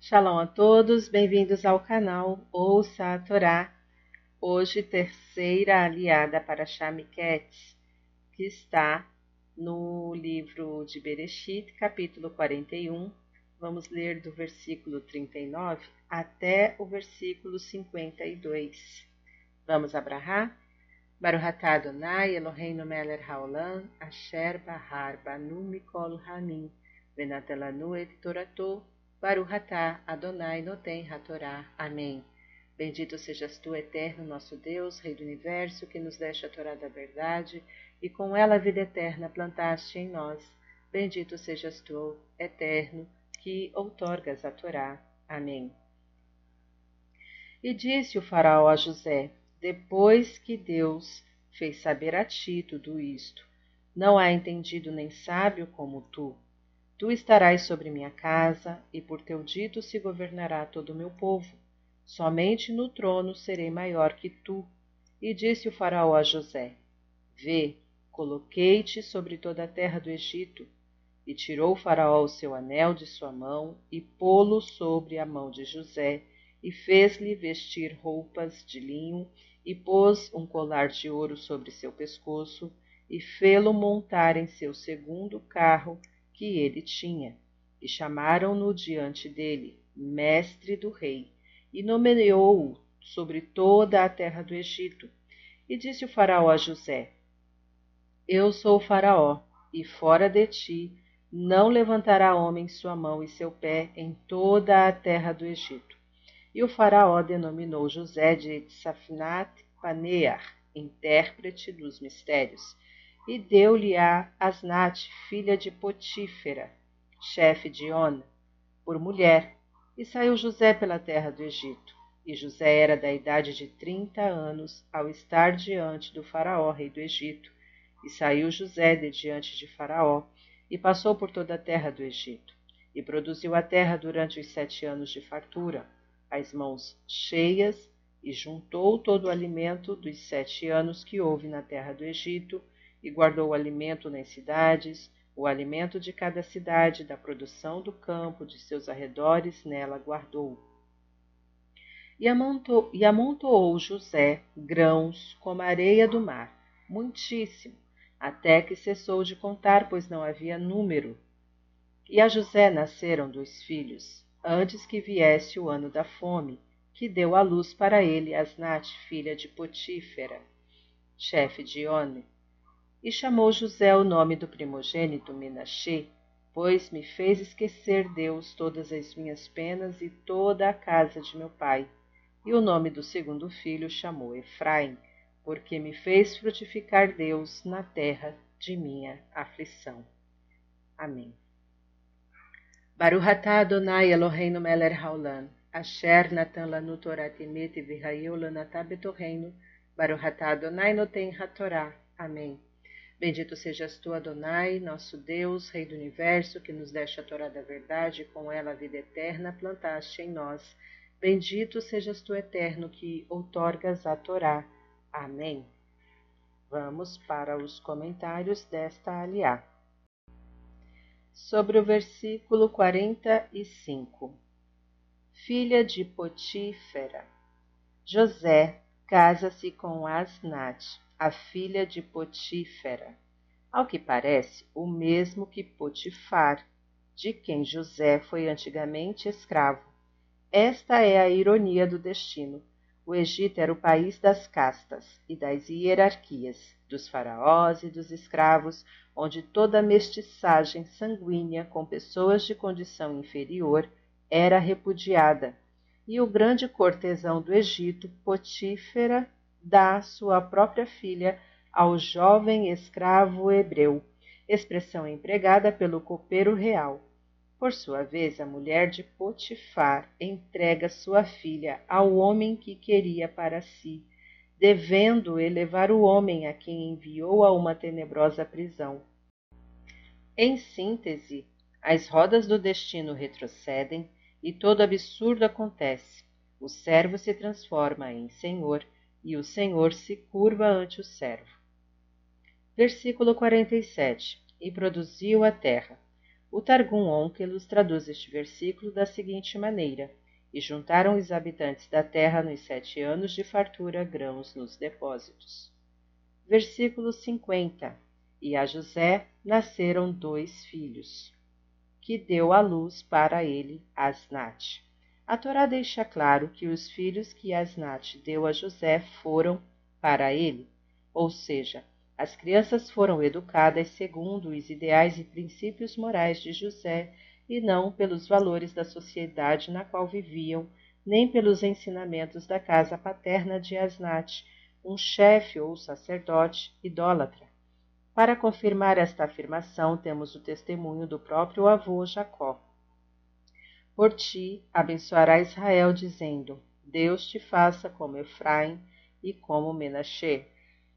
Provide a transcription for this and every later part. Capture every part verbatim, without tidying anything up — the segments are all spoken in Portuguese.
Shalom a todos, bem-vindos ao canal Ouça a Torá. Hoje, terceira aliada para Shamiquetes, que está no livro de Bereshit, capítulo quarenta e um. Vamos ler do versículo trinta e nove até o versículo cinquenta e dois. Vamos abrahar? Baruch atah Adonai Eloheinu melech haolam, asher bahar banu mikol hamim, venatan lanu et torato, Baruch atah Adonai noten hatorá. Amém. Bendito sejas tu, eterno nosso Deus, Rei do Universo, que nos deste a Torá da verdade, e com ela a vida eterna plantaste em nós. Bendito sejas tu, eterno, que outorgas a Torá. Amém. E disse o faraó a José, depois que Deus fez saber a ti tudo isto: não há entendido nem sábio como tu. Tu estarás sobre minha casa, e por teu dito se governará todo o meu povo. Somente no trono serei maior que tu. E disse o faraó a José, vê, coloquei-te sobre toda a terra do Egito. E tirou o faraó o seu anel de sua mão, e pô-lo sobre a mão de José, e fez-lhe vestir roupas de linho, e pôs um colar de ouro sobre seu pescoço, e fê-lo montar em seu segundo carro que ele tinha. E chamaram-no diante dele, mestre do rei, e nomeou-o sobre toda a terra do Egito. E disse o faraó a José, eu sou o faraó, e fora de ti não levantará homem sua mão e seu pé em toda a terra do Egito. E o faraó denominou José de Tsafnat Panear, intérprete dos mistérios, e deu-lhe a Asnat, filha de Potífera, chefe de On, por mulher, e saiu José pela terra do Egito. E José era da idade de trinta anos ao estar diante do faraó, rei do Egito. E saiu José de diante de faraó, e passou por toda a terra do Egito. E produziu a terra durante os sete anos de fartura, as mãos cheias, e juntou todo o alimento dos sete anos que houve na terra do Egito, e guardou o alimento nas cidades, o alimento de cada cidade, da produção do campo, de seus arredores, nela guardou. E amontoou, e amontoou José grãos como a areia do mar, muitíssimo, até que cessou de contar, pois não havia número. E a José nasceram dois filhos, antes que viesse o ano da fome, que deu à luz para ele Asnat, filha de Potífera, chefe de On. E chamou José o nome do primogênito Menachê, pois me fez esquecer Deus todas as minhas penas e toda a casa de meu pai. E o nome do segundo filho chamou Efraim, porque me fez frutificar Deus na terra de minha aflição. Amém. Baruch atah Adonai Eloheinu melech haolam, asher natan lanu torat emet v'hayeu lanatah betorreinu, Baruch atah Adonai noten hatorá. Amém. Bendito sejas tu, Adonai, nosso Deus, Rei do Universo, que nos deste a Torá da verdade, e com ela a vida eterna plantaste em nós. Bendito sejas tu, eterno, que outorgas a Torá. Amém. Vamos para os comentários desta aliá. Sobre o versículo quarenta e cinco. Filha de Potífera. José casa-se com Asnat, a filha de Potífera, ao que parece o mesmo que Potifar, de quem José foi antigamente escravo. Esta é a ironia do destino. O Egito era o país das castas e das hierarquias, dos faraós e dos escravos, onde toda mestiçagem sanguínea com pessoas de condição inferior era repudiada. E o grande cortesão do Egito, Potífera, dá sua própria filha ao jovem escravo hebreu, expressão empregada pelo copeiro real. Por sua vez, a mulher de Potifar entrega sua filha ao homem que queria para si, devendo elevar o homem a quem enviou a uma tenebrosa prisão. Em síntese, as rodas do destino retrocedem e todo absurdo acontece. O servo se transforma em senhor e o senhor se curva ante o servo. Versículo quarenta e sete. E produziu a terra. O Targum Onkelos traduz este versículo da seguinte maneira: E juntaram os habitantes da terra nos sete anos de fartura grãos nos depósitos. Versículo cinquenta. E a José nasceram dois filhos, que deu à luz para ele Asnat. A Torá deixa claro que os filhos que Asnat deu a José foram para ele, ou seja, as crianças foram educadas segundo os ideais e princípios morais de José e não pelos valores da sociedade na qual viviam, nem pelos ensinamentos da casa paterna de Asnat, um chefe ou sacerdote idólatra. Para confirmar esta afirmação, temos o testemunho do próprio avô Jacó. Por ti abençoará Israel, dizendo: Deus te faça como Efraim e como Menaxê.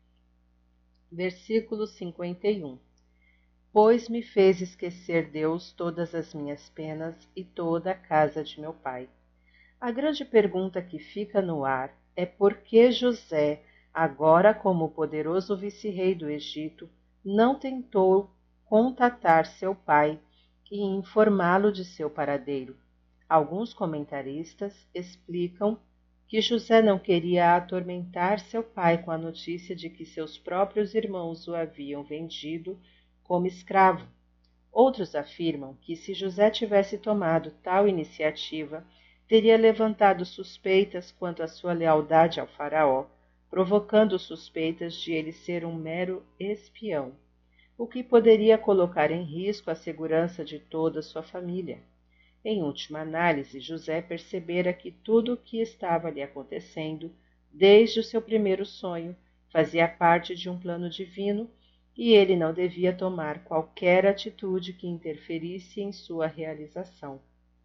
Versículo cinquenta e um. Pois me fez esquecer Deus todas as minhas penas e toda a casa de meu pai. A grande pergunta que fica no ar é por que José, agora como poderoso vice-rei do Egito, não tentou contatar seu pai e informá-lo de seu paradeiro. Alguns comentaristas explicam que José não queria atormentar seu pai com a notícia de que seus próprios irmãos o haviam vendido como escravo. Outros afirmam que se José tivesse tomado tal iniciativa, teria levantado suspeitas quanto à sua lealdade ao faraó, provocando suspeitas de ele ser um mero espião, o que poderia colocar em risco a segurança de toda sua família. Em última análise, José percebera que tudo o que estava lhe acontecendo, desde o seu primeiro sonho, fazia parte de um plano divino e ele não devia tomar qualquer atitude que interferisse em sua realização.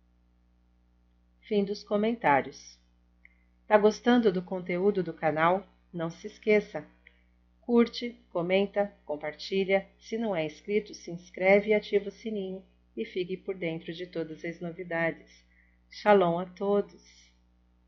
Fim dos comentários. Tá gostando do conteúdo do canal? Não se esqueça. Curte, comenta, compartilha. Se não é inscrito, se inscreve e ativa o sininho e fique por dentro de todas as novidades. Shalom a todos!